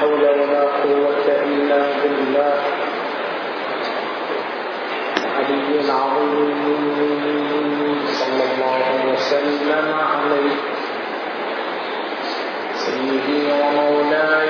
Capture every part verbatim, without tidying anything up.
حول ولا قوة إلا بالله العلي العظيم صلى الله وسلم عليه سيدي ومولاي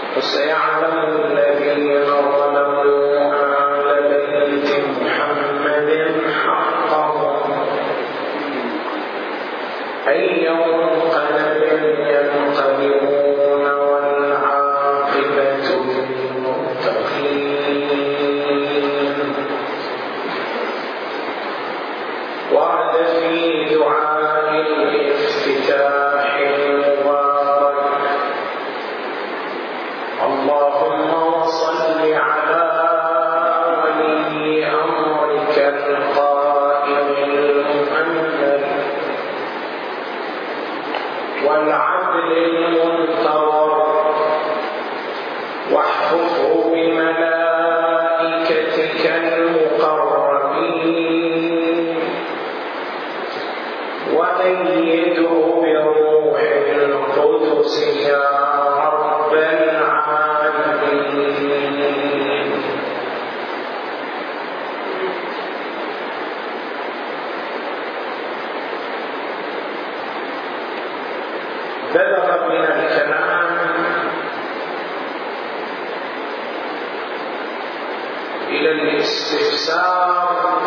وسيعلم الذين ظلموا أهل بيت محمد حقهم أي منقلب ينقلبون والعاقبة للمتقين. ورد في دعاء الافتتاح المبارك اللهم صل على ولي أمرك القائم المؤمن والعدل المنتظر واحفظه بملائكتك المقربين وأيده بروح القدس يا رب العالمين. بلغ من الكلام إلى الاستفسار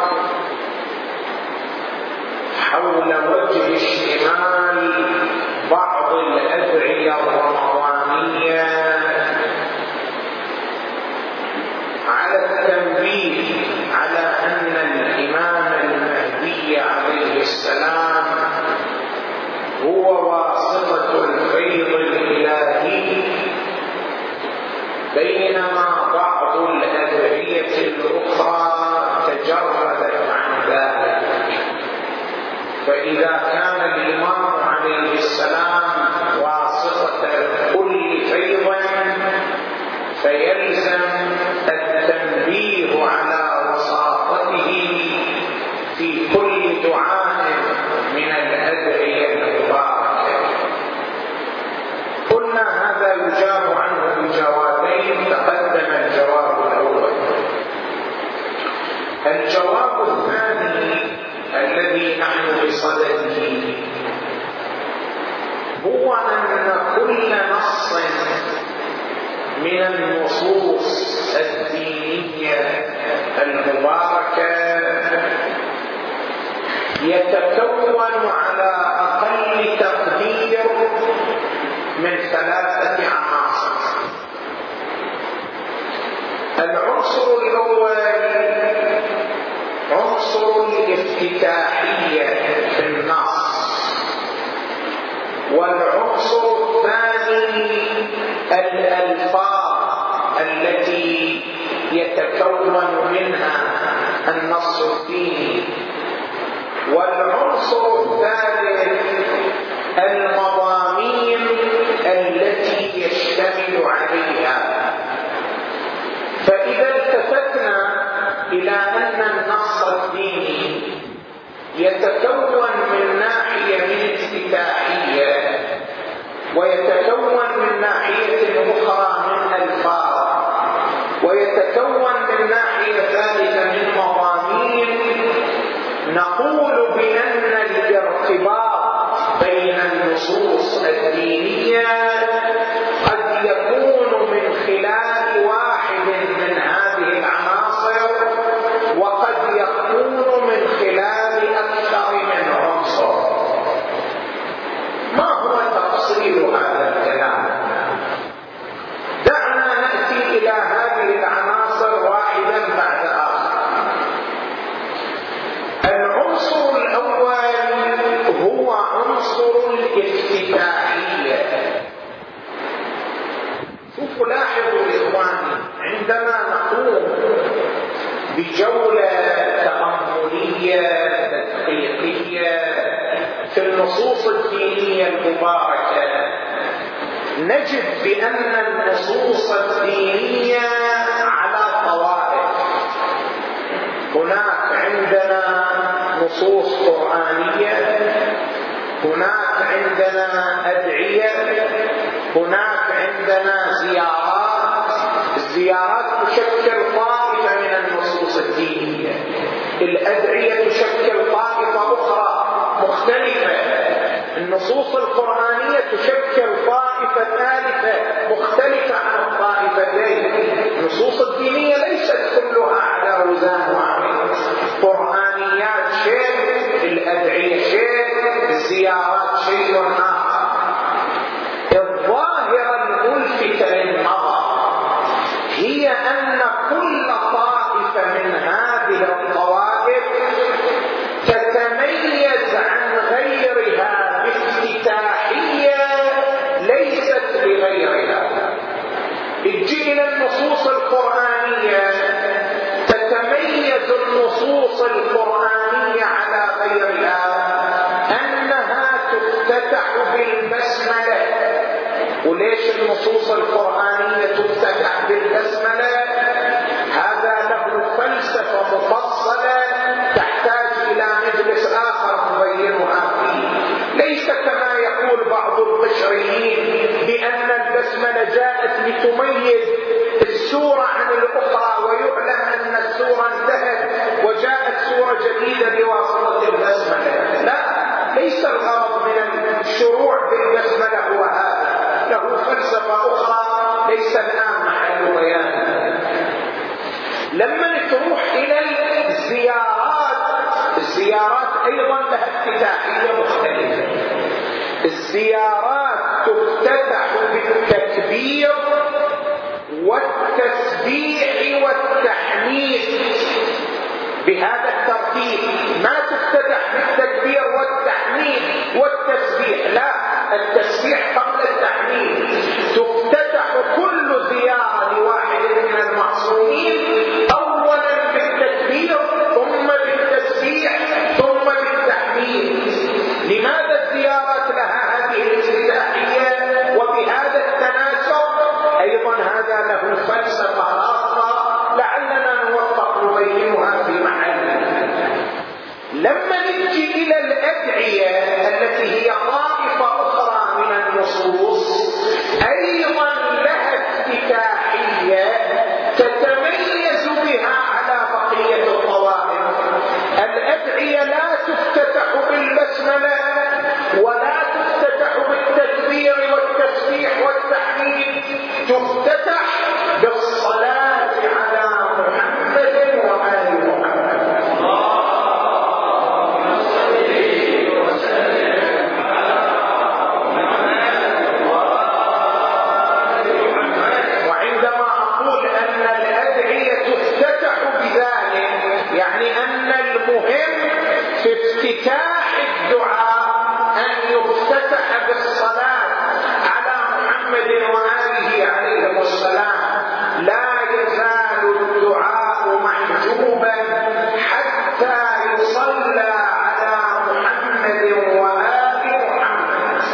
حول وجه اشتمال بعض الأدعية الرمضانية على التنبيه على أن الإمام المهدي عليه السلام هو واسطة الفيض الإلهي، بينما بعض الأدعية الأخرى تجردت عن ذلك. فإذا كان الإمام عليه السلام واسطة كل فيض فيلزم التنبيه على وساطته في كل دعاء من الأدعية المباركة. قلنا هذا يجاب عنه بجوابين، تقدم الجواب الأول. الجواب الثاني الذي نحن بصدده هو أن كل نص من النصوص الدينية المباركة يتكون على أقل تقدير من ثلاثة عناصر. العنصر الأول عنصر الافتتاحية في النص، والعنصر الثاني الألفاظ التي يتكون منها النص الديني، والعنصر الثالث المضامين التي يشتمل عليها. فإذا التفتنا إلى أن النص الديني يتكون من ناحية من افتتاحية ويتكون من ناحية أخرى من ألفاظ ويتكون من ناحية ثالثة من مضامين، نقول بأن الارتباط بين النصوص الدينية قد يكون من خلال واحد من هذه العناصر وقد يكون من خلال أكثر من عنصر. ما هو تفصيل هذا الكلام؟ دعنا نأتي إلى هذه العناصر واحدا بعد آخر. العنصر الأول هو عنصر الافتتاحية. شوفوا لاحظوا إخواني، عندما نقوم بجولة تأملية تدقيقية في النصوص الدينية المباركة نجد بأن النصوص الدينية على طوائف. هناك عندنا نصوص قرآنية، هناك عندنا أدعية، هناك عندنا زيارات. الزيارات تشكل طائفة من النصوص الدينية، الأدعية تشكل طائفة أخرى مختلفة، النصوص القرآنية تشكل طائفة ثالثة مختلفة عن القرآنية تتميز النصوص القرآنية على غيرها أنها تفتتح بالبسملة. وليش النصوص القرآنية تفتتح بالبسملة؟ هذا له فلسفة مفصلة تحتاج إلى مجلس آخر نبينها فيه. ليس كما يقول بعض البشريين بأن البسملة جاءت لتميز السورة عن الأخرى ويعلم أن السورة انتهت وجاءت سورة جديدة بواسطة البسملة. لا، ليس الغرض من الشروع بالبسملة هو هذا، له فلسفة أخرى ليس الآن محل بيانها. لما تروح إلى الزيارات، الزيارات أيضا لها افتتاحية مختلفة. الزيارات تفتتح بالتكبير والتسبيح والتحميد بهذا الترتيب، ما تفتتح بالتكبير والتحميد والتسبيح، لا، التسبيح قبل التحميد. تفتتح كل زيارة لواحد من المعصومين أولا بالتكبير ثم بالتسبيح ثم بالتحميد. لماذا الزيارات لها هذه الافتتاحية وبهذا التناسق؟ أيضا هذا له فلسفة خاصة لعلنا نوفق نبينها في محلها. لما نجي إلى الأدعية التي هي طائفة أخرى من النصوص أيضا لها افتتاحية تتميز بها على بقية الطوائف. الأدعية لا تفتتح بالبسملة ولا تفتتح بالتكبير والتسبيح والتحميد، تفتتح بالصلاة على محمد وآل محمد. وعندما أقول أن الأدعية تفتتح بذلك يعني أن المهم في افتتاح الدعاء أن يفتتح بالصلاة على محمد وآله عليه السلام. لا يزال الدعاء محجوبا حتى يصلى على محمد وآل محمد.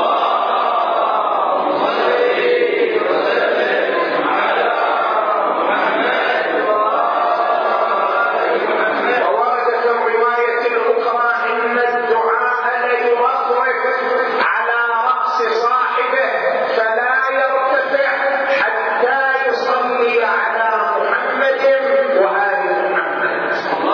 وورد في الرواية الأخرى أن الدعاء ليرفرف على رأس صاحبه فلا يرتفع حتى يصلي على محمد وآل محمد.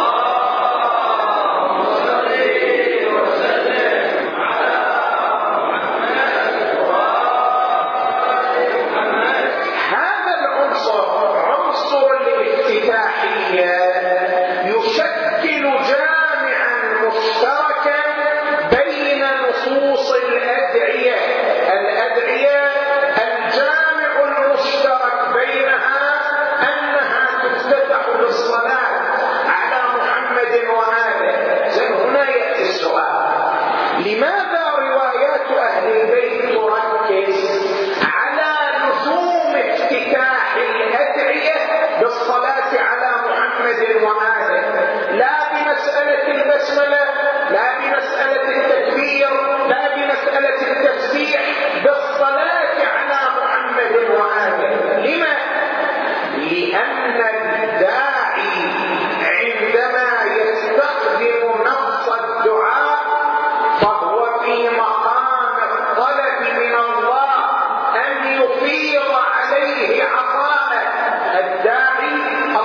هذا العنصر عنصر الافتتاحية يشكل جامعا مشتركا بين نصوص الأدعية. الأدعية الجامع المشترك بينها أنها تفتتح بالصلاة على محمد وآله. زين، هنا يأتي السؤال: لماذا روايات أهل البيت تركز على لزوم افتتاح الأدعية بالصلاة على محمد وآله، لا بمسألة البسملة، لا بمسألة التكبير، لا بمسألة التسبيح، بالصلاة على محمد وآله؟ لما؟ لأن الداعي عندما يستخدم نص الدعاء فهو في مقام الطلب من الله أن يفيض عليه عطاءه. الداعي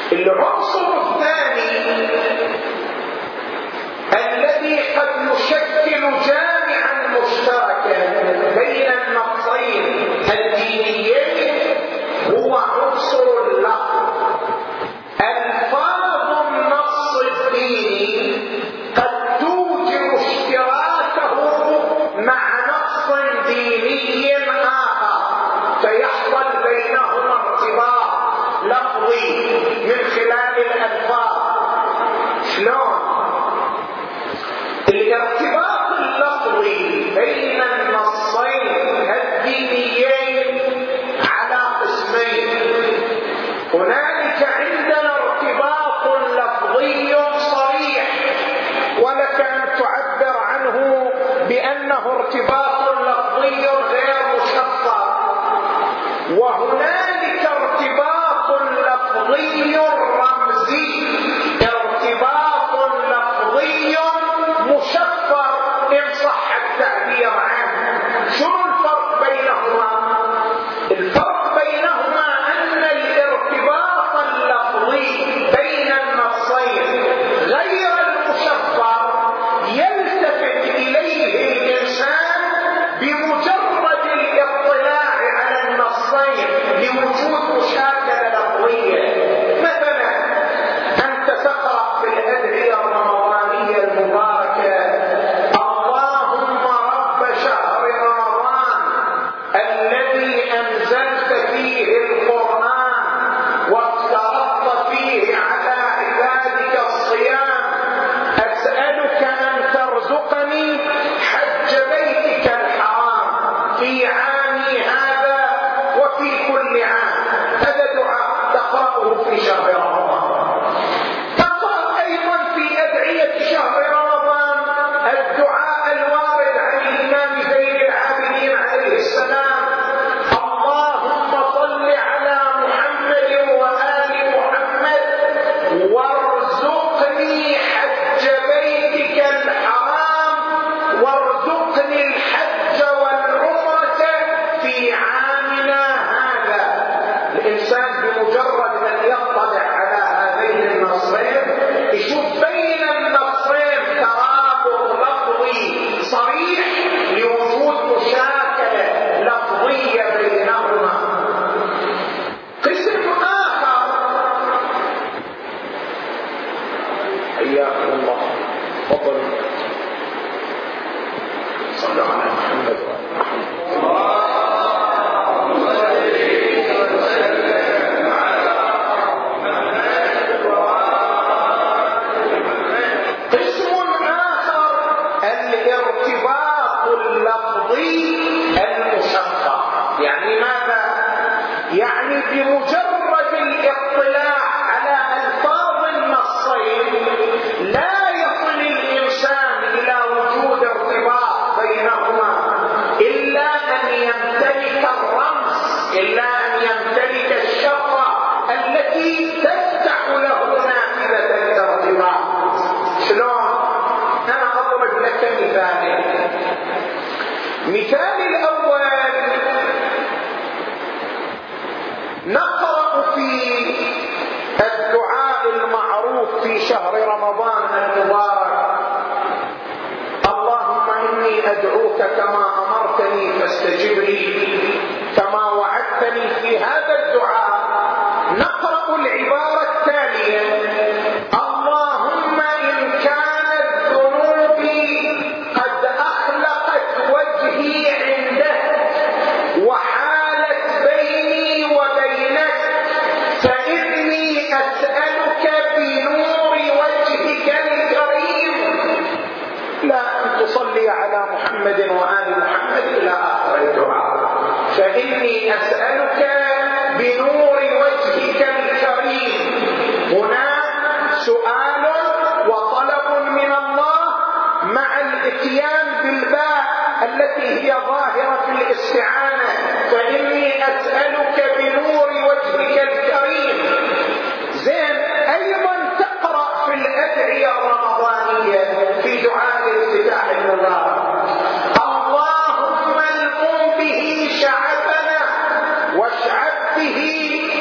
العنصر الثاني الذي قد يشكل جامعا مشتركا بين النصين الدينيين هو عنصر اللفظ. الفاظ النص الديني قد توجب اشتراكه مع نص ديني آخر فيحصل بينهما ارتباط لفظي من خلال الألفاظ. شلون؟ الارتباط اللفظي بين النصين الدينيين على قسمين. هنالك عندنا ارتباط لفظي صريح ولك أن تعبر عنه بأنه ارتباط لفظي غير مشفر، وهنالك ارتباط لفظي رمزي، ارتباط لفظي مشفر إن صح التعبير عنه. شو الفرق بينهما؟ الفرق بينهما أن الارتباط اللفظي بين النصين غير المشفر يلتفت إليه الإنسان بمجرد الاطلاع على النصين لوجود مشاكلة لفظية. مثلا أنت تقرأ في الأدعية الرمضانية المباركة اللهم رب شهر رمضان الذي أنزلت فيه القرآن وافترضت فيه على عبادك الصيام أسألك أن ترزقني حج بيتك الحرام في عامي هذا وفي كل عام. هذا دعاء تقرأه في شهر رمضان. تقرأ أيضا في أدعية شهر رمضان الدعاء الوارد عن الإمام زين العابدين عليه السلام اللهم صل على محمد وآل محمد وارزقني حج بيتك الحرام وارزقني الحج والعمرة في عامنا هذا. الإنسان بمجرد أن يطلع على هذين النصين يشوف بين النصين ترابط لفظي صريح لوجود مشاكلة لفظية بينهما. قسم آخر حياكم الله تفضل صلوا على محمد وآل محمد. قسم آخر الارتباط اللفظي المشفر. يعني ماذا؟ يعني بمجرد الاطلاع على ألفاظ النصين لا يصل الإنسان إلى وجود ارتباط بينهما إلا أن يمتلك الرمز، إلا أن يمتلك الشفرة التي تفتح له نافذة الارتباط. شلون؟ أنا أضرب لك مثالين. مثال الأول نقرأ في الدعاء المعروف في شهر رمضان المبارك اللهم إني أدعوك كما أمرتني فاستجب لي كما وعدتني. في هذا الدعاء نقرأ العبارة التالية اللهم إن كانت ذنوبي قد أخلقت وجهي عندك وحالت بيني وبينك فإني أسألك بنور وجهك الكريم لا أن تصلي على محمد وآل محمد إلى آخر الدعاء. فإني أسألك بنور وجهك الكريم. هنا سؤال وطلب من الله مع الاتيان بالباء التي هي ظاهرة الاستعانة. فإني أسألك بنور وجهك الكريم. زين. أيضا تقرأ في الأدعية الرمضانية في دعاء الافتتاح المبارك اللهم القم به شعبنا واشعب به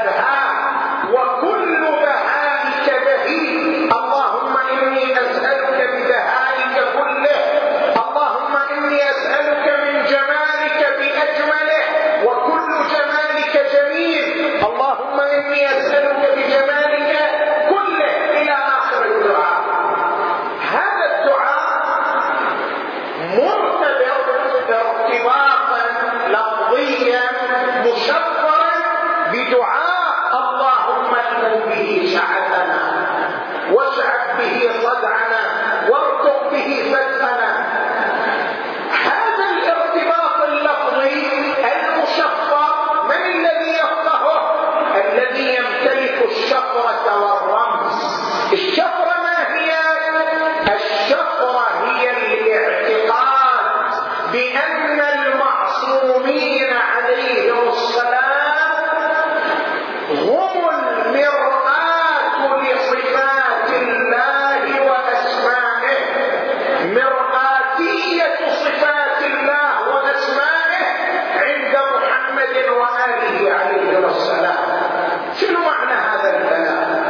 أبهى وكل بهائك بهي. اللهم إني أسألك ببهائك كله، اللهم إني أسألك من جمالك بأجمله وكل جمالك جميل، اللهم إني أسألك بجمالك كله إلى آخر الدعاء. هذا الدعاء مرتبط ارتباطا لفظيا مشفرا بدعاء اللهم امن به شعثنا واشعب به صدعنا وارتق به فتنا. هذا الارتباط اللفظي المشفر من الذي يفقهه؟ الذي يمتلك الشفرة والرمز. الشفرة ما هي؟ الشفرة هي الاعتقاد بأن المعصومين عليهم السلام هم المرآة لصفات الله وأسمائه، مرآتية صفات الله وأسمائه عند محمد وآله عليه السلام. شنو معنى هذا الكلام؟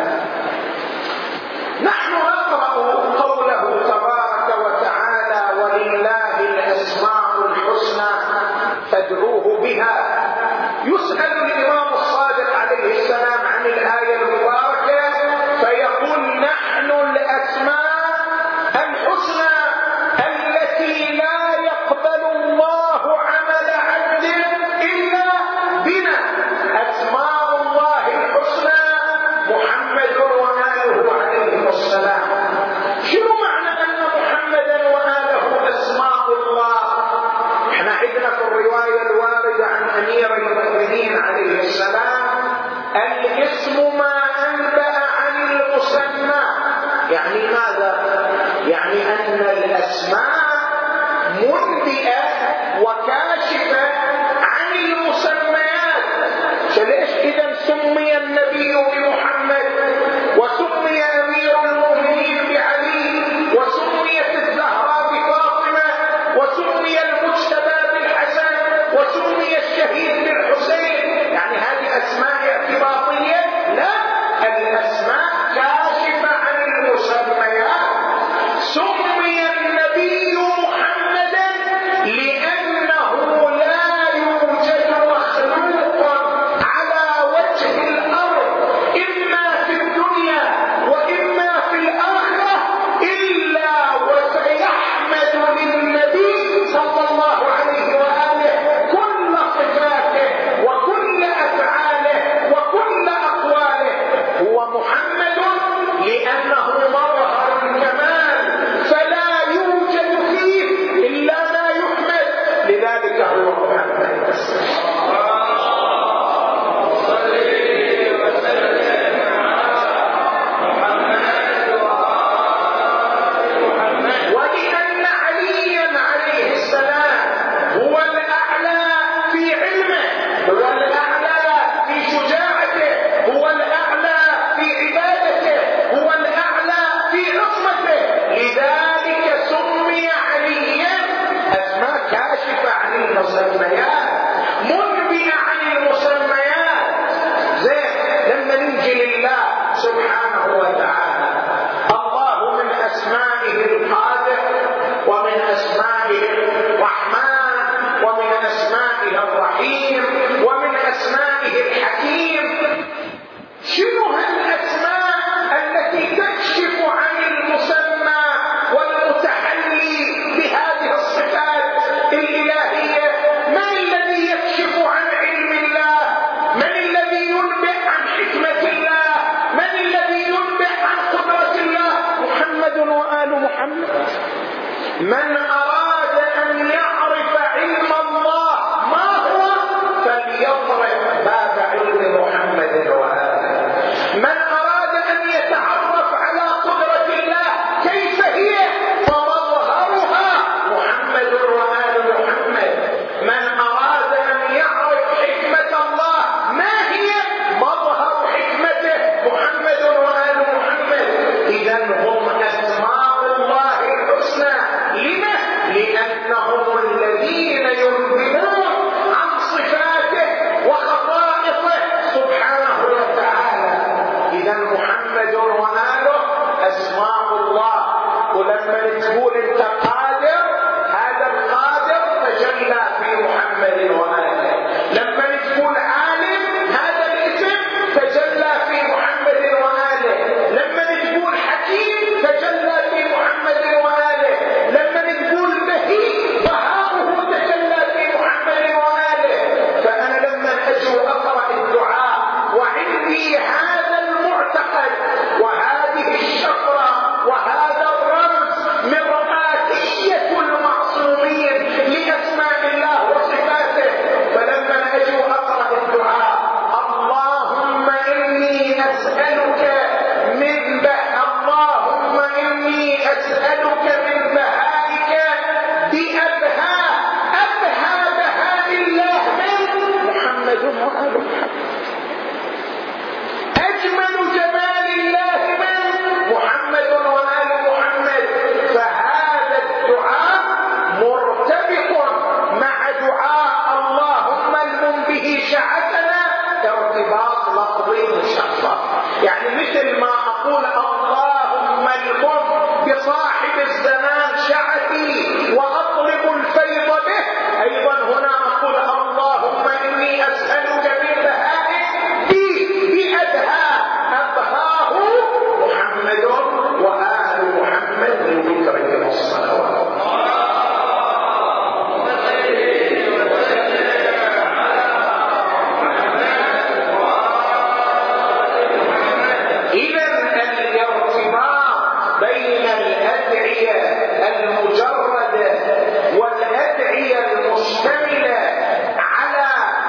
نحن نقرأ قوله تبارك وتعالى ولله الأسماء الحسنى فادعوه بها. يسأل الإمام الصادق عليه السلام عن الآية المباركة فيقول نحن الأسماء الحسنى التي لا يقبل الله عمل عبد إلا بنا. أسماء الله الحسنى محمد وآله عليه السلام. شنو معنى أن محمدا وآله أسماء الله؟ احنا عندنا في الرواية الواردة عن أمير المؤمنين عليه السلام الاسم ما أنبأ عن المسمى. يعني ماذا؟ يعني أن الأسماء منبئة وكاشفة عن المسميات. فليش إذا سمي النبي بمحمد وسمي أمير المؤمنين بعلي وسميت الزهراء بفاطمة وسمي المجتبى بالحسن وسمي الشهيد بالحسين؟ يعني هذه أسماء اعتباطية؟ لا، الأسماء كاشفة عن المسميات. سمي النبي محمدا لأنه لا يوجد مخلوق على وجه الأرض إما في الدنيا وإما في الآخرة إلا وسيحمد للنبي صلى الله عليه وآله كل صفاته وكل أفعاله وكل أقواله. هو محمد لأنه مظهر الكمال فلا يوجد فيه إلا ما يحمد، لذلك هو محمد. ولأن عليا عليه السلام هو الأعلى في علمه، هو الأعلى في شجاعته، هو الأعلى في عبادته، هو الأعلى في عصمته، لذلك سمي عليا. أسماء كاشفة عن المسميات منبئة عن المسميات. زين لما ننجي لله سبحانه وتعالى، الله من أسمائه القادر ومن أسمائه الرحمن ومن أسمائه الرحيم ومن أسمائه الحكيم. شنو هالأسماء التي تكشف عن المسمى والمتحلي بهذه الصفات الإلهية؟ من الذي يكشف عن علم الله؟ من الذي ينبئ عن حكمة الله؟ من الذي ينبئ عن قدرة الله؟ محمد وآل محمد. من أراد أن يعرف علم الله ما هو فليضرب باب علم محمد وآله. من أراد أن يتعرف على قدرة الله كيف هي فمظهرها محمد وآل محمد. من أراد أن يعرف حكمة الله ما هي مظهر حكمته محمد وآل محمد. إذا هم أسماء الله الحسنى. لما؟ ارتباط لفظي مشخص. يعني مثل ما اقول اللهم القم بصاحب الزمان شعثي واطلب الفيض به، ايضا هنا اقول اللهم اني اسالك بالبهاء بأدهى أبهاه محمد وآل محمد بذكرك والصلوات. إذا الارتباط بين الأدعية المجردة والأدعية المشتملة على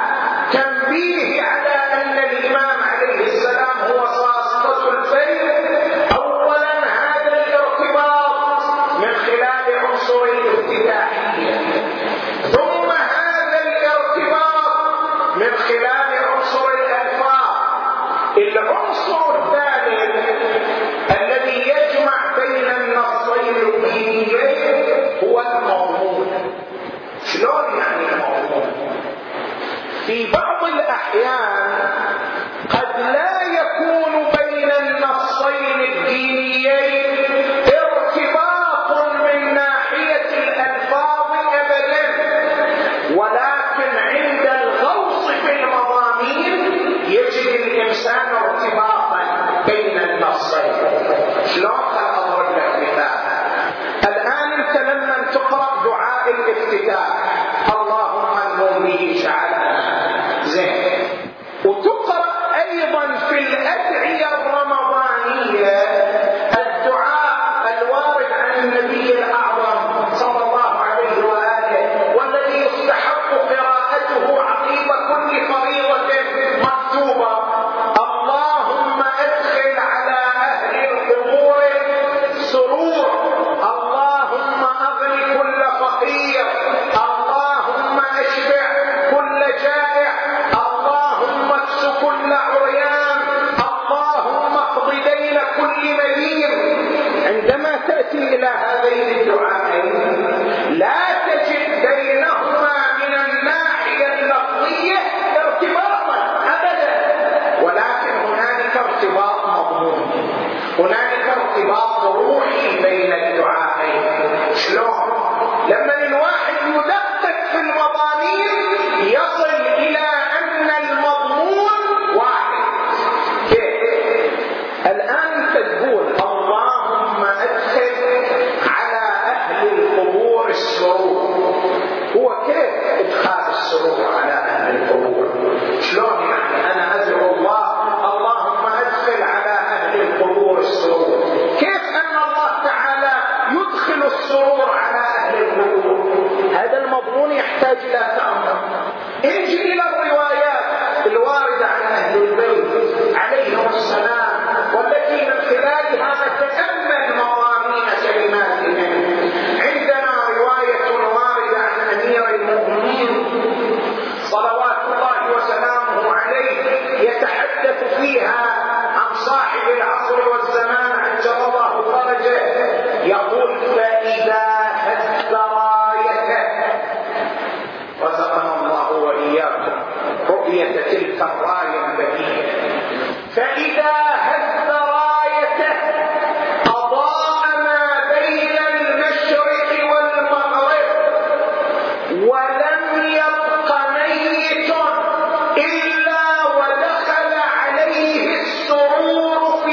تنبيه على أن الإمام عليه السلام هو صاصة الفيل، أولا هذا الارتباط من خلال عنصر الافتتاحية، ثم هذا الارتباط من خلال عنصر الألفاظ. العنصر الثالث الذي يجمع بين النصين الدينيين هو المضمون. شلون يعني المضمون؟ في بعض الأحيان قد لا يكون بين النصين الدينيين ارتباط من ناحية الألفاظ أبدا، ولكن عند الغوص في المضامين يجد الإنسان ارتباطا بين النصين. شلون؟ أضرب لك مثال. الآن أنت لما تقرأ دعاء الافتتاح اللهم انور به شعبنا زين، وتقرأ أيضا في الأدعية الرمضانية الدعاء الوارد عن النبي الأعظم صلى الله عليه وآله والذي يستحق قراءته عقيب كل فريضة مكتوبة: اللهم أدخل على أهل القبور سرور، اللهم أغن كل فقير، اللهم أشبع كل جائع، اللهم اكس كل عريان، اللهم اقض دين كل مدين. عندما تأتي إلى هذين الدعاءين لا تجد بينهما من الناحية اللفظية ارتباطا أبدا، ولكن هنالك ارتباط مضمون، هنالك ارتباط روحي بين الدعاءين. شلون؟ لما الواحد يدقق في المضامين يصل إلى أن المضمون واحد. كيف؟ الآن تقول اللهم أدخل على أهل القبور السرور، هو كيف إدخال السرور على أهل القبور؟ شلون يعني أنا أدعو الله اللهم أدخل على أهل القبور السرور، كيف أن الله تعالى يدخل السرور على أهل القبور؟ هذا المضمون يحتاج إلى تأمل. انجي إلى الروايات الواردة عن أهل البيت عليهم السلام والتي من خلالها نتأمل مضامين كلماتهم. عندنا رواية واردة عن أمير المؤمنين صلوات الله وسلامه عليه يتحدث فيها عن صاحب العصر والزمان عجل الله فرجه، يقول: فإذا هز رايته، رزقنا الله وإياكم رؤية تلك الراية البهية، فإذا هز رايته أضاء ما بين المشرق والمغرب، ولم يبق ميت إلا ودخل عليه السرور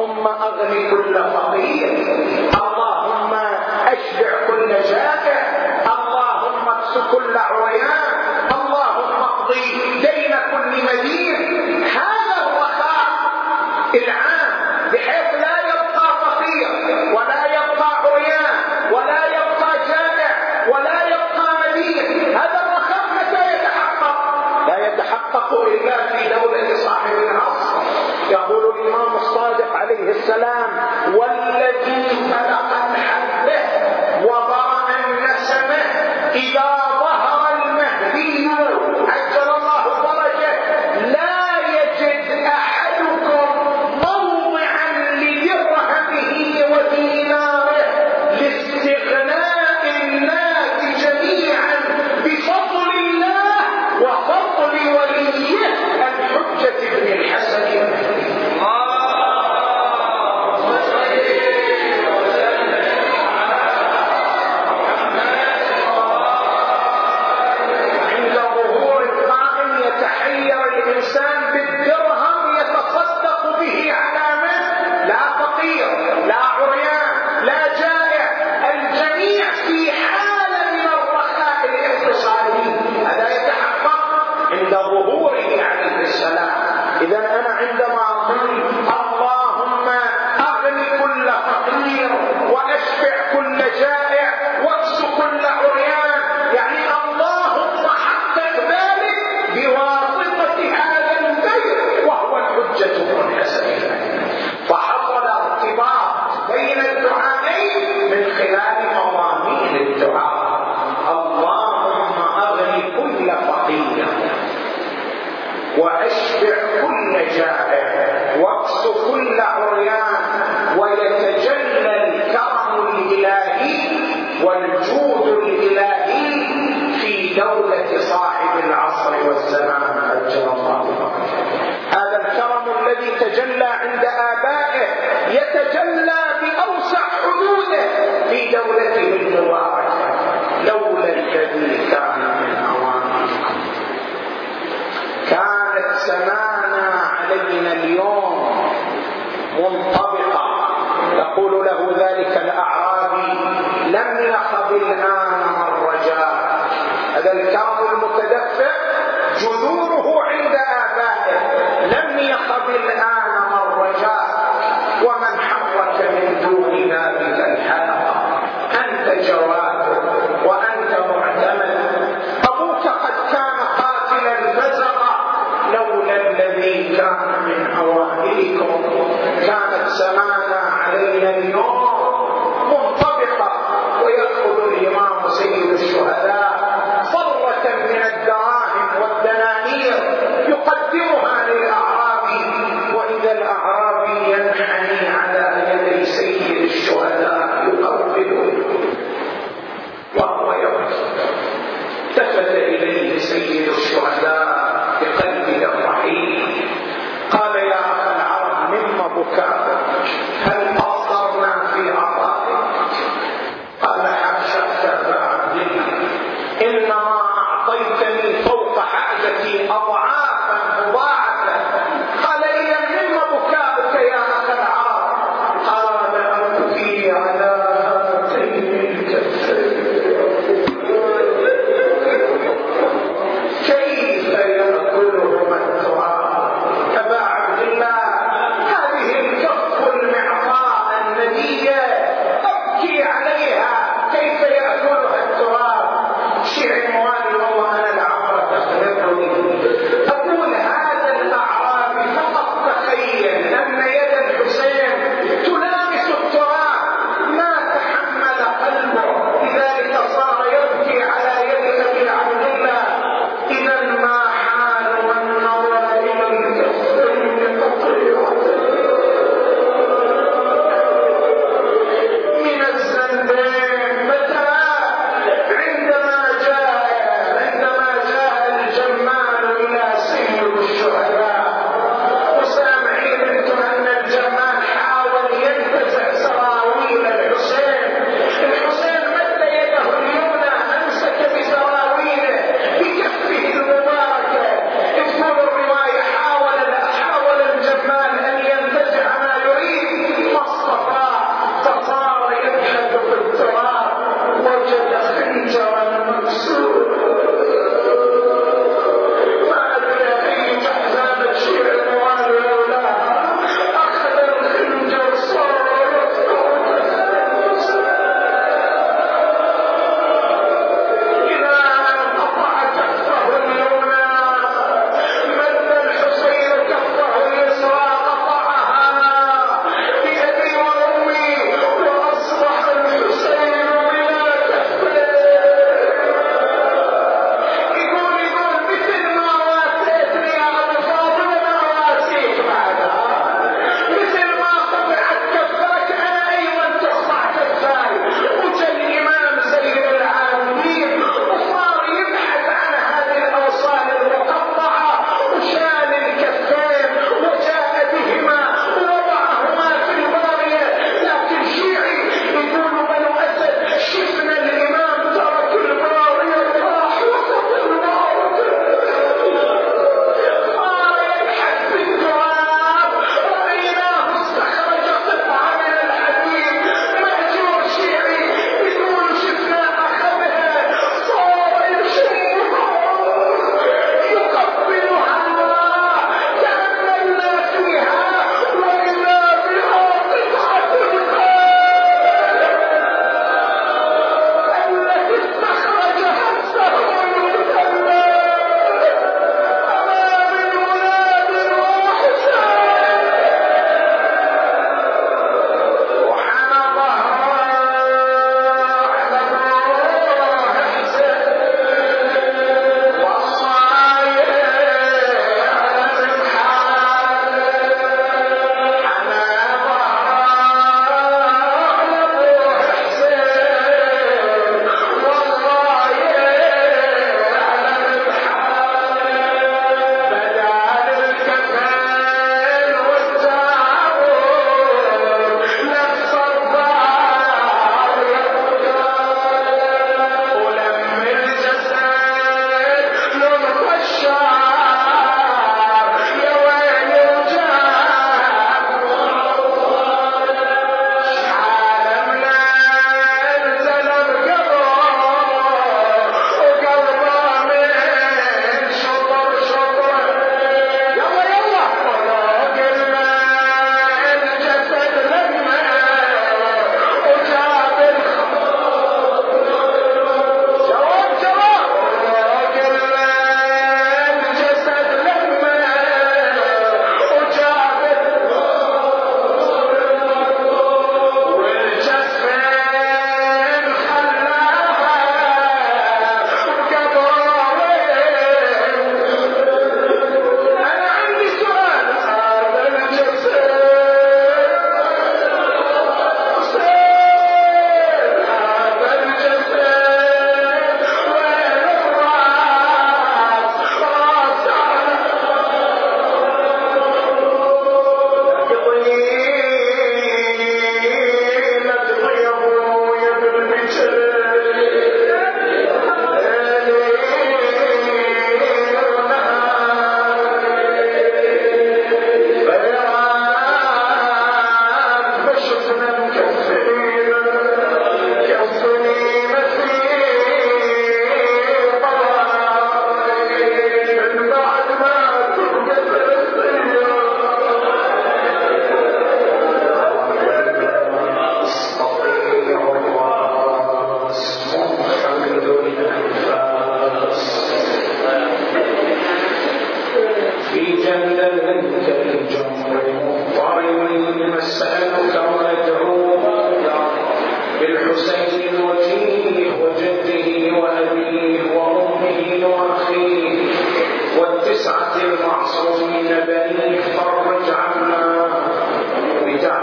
اللهم اغن كل فقير، اللهم اشبع كل جائع، اللهم اكس كل عريان، اللهم اقضي دين كل مدين. هذا الرخاء العام بحيث لا يبقى فقير ولا يبقى عريان ولا يبقى جائع ولا يبقى مدين. هذا الرخاء متى يتحقق؟ لا يتحقق الا في دولة صاحب العصر. يقول الامام الصادق عليه السلام: والذي خلق الحبه وضرأ النسمه اذا ظهر المهدي عجل الله فرجه لا يجد احدكم موضعا لدرهمه وديناره لاستغناء الناس جميعا بفضل الله وفضل وليه الحجة بن الحسن المهدي. عند ظهور القائم يتحير الإنسان بالدرهم يتصدق به على من؟ لا فقير لا عريان لا جائع، الجميع في حالة من الرخاء الاقتصادي. هذا يتحقق عند ظهوره عليه السلام. إذا أنا عندما أقول اللهم أغن كل فقير وأشبع كل جائع واكس كل عريان، يعني اللهم حقق ذلك بواسطة هذا البيت وهو الحجة بن الحسن. فحصل ارتباط بين الدعائين من خلال مضامين الدعاء. اللهم أغن كل فقير وأشبع كل جائع واكس كل عريان، ويتجلى الكرم الإلهي والجود الإلهي في دولة صاحب العصر والزمان عجل الله فرجه. هذا الكرم الذي تجلى عند آبائه يتجلى بأوسع حدوده في دولته المباركة. لولا الذي كان من أوامركم كانت سمانا علينا اليوم منطبقة. يقول له ذلك الأعرابي: لم يخب الآن مر جاء. هذا الكرم المتدفق جذوره عند آبائه. لم يخب الآن مر جاء. ومن حرك من دوننا بك الحلقة؟ أنت جواد وأنت معتمد. أبوك قد كان قاتلا فزغا. لولا الذي كان من أوائلكم كانت سمانا علينا اليوم منطبقة. ويأخذ الإمام سيد الشهداء صرة من الدراهم والدنانير يقدمها للأعرابي، وإذا الأعرابي ينحني على يدي سيد الشهداء يقبله وهو يبكي. التفت إليه سيد الشهداء بقلبه الرحيم قال: يا أخا العرب مما بكاء؟ هل قصرنا في عطائك؟ قال: حاشاك يا أبا عبد الله، إنما أعطيتني فوق حاجتي أضعافا مضاعفة. قال: إذا مما بكاؤك يا أخا العرب؟ قال: أبكي على هاتين الكفين كيف يأكلهما التراب. أبا عبد الله، هذه الكف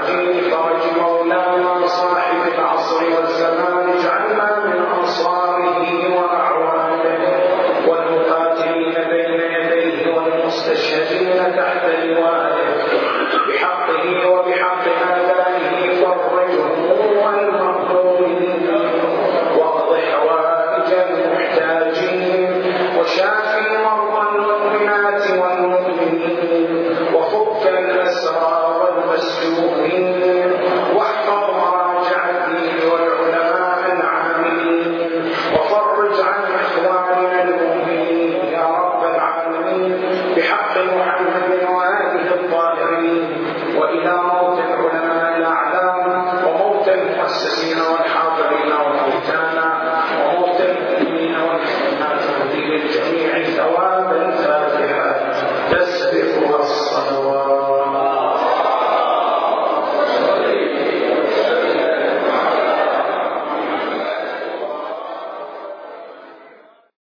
اليقين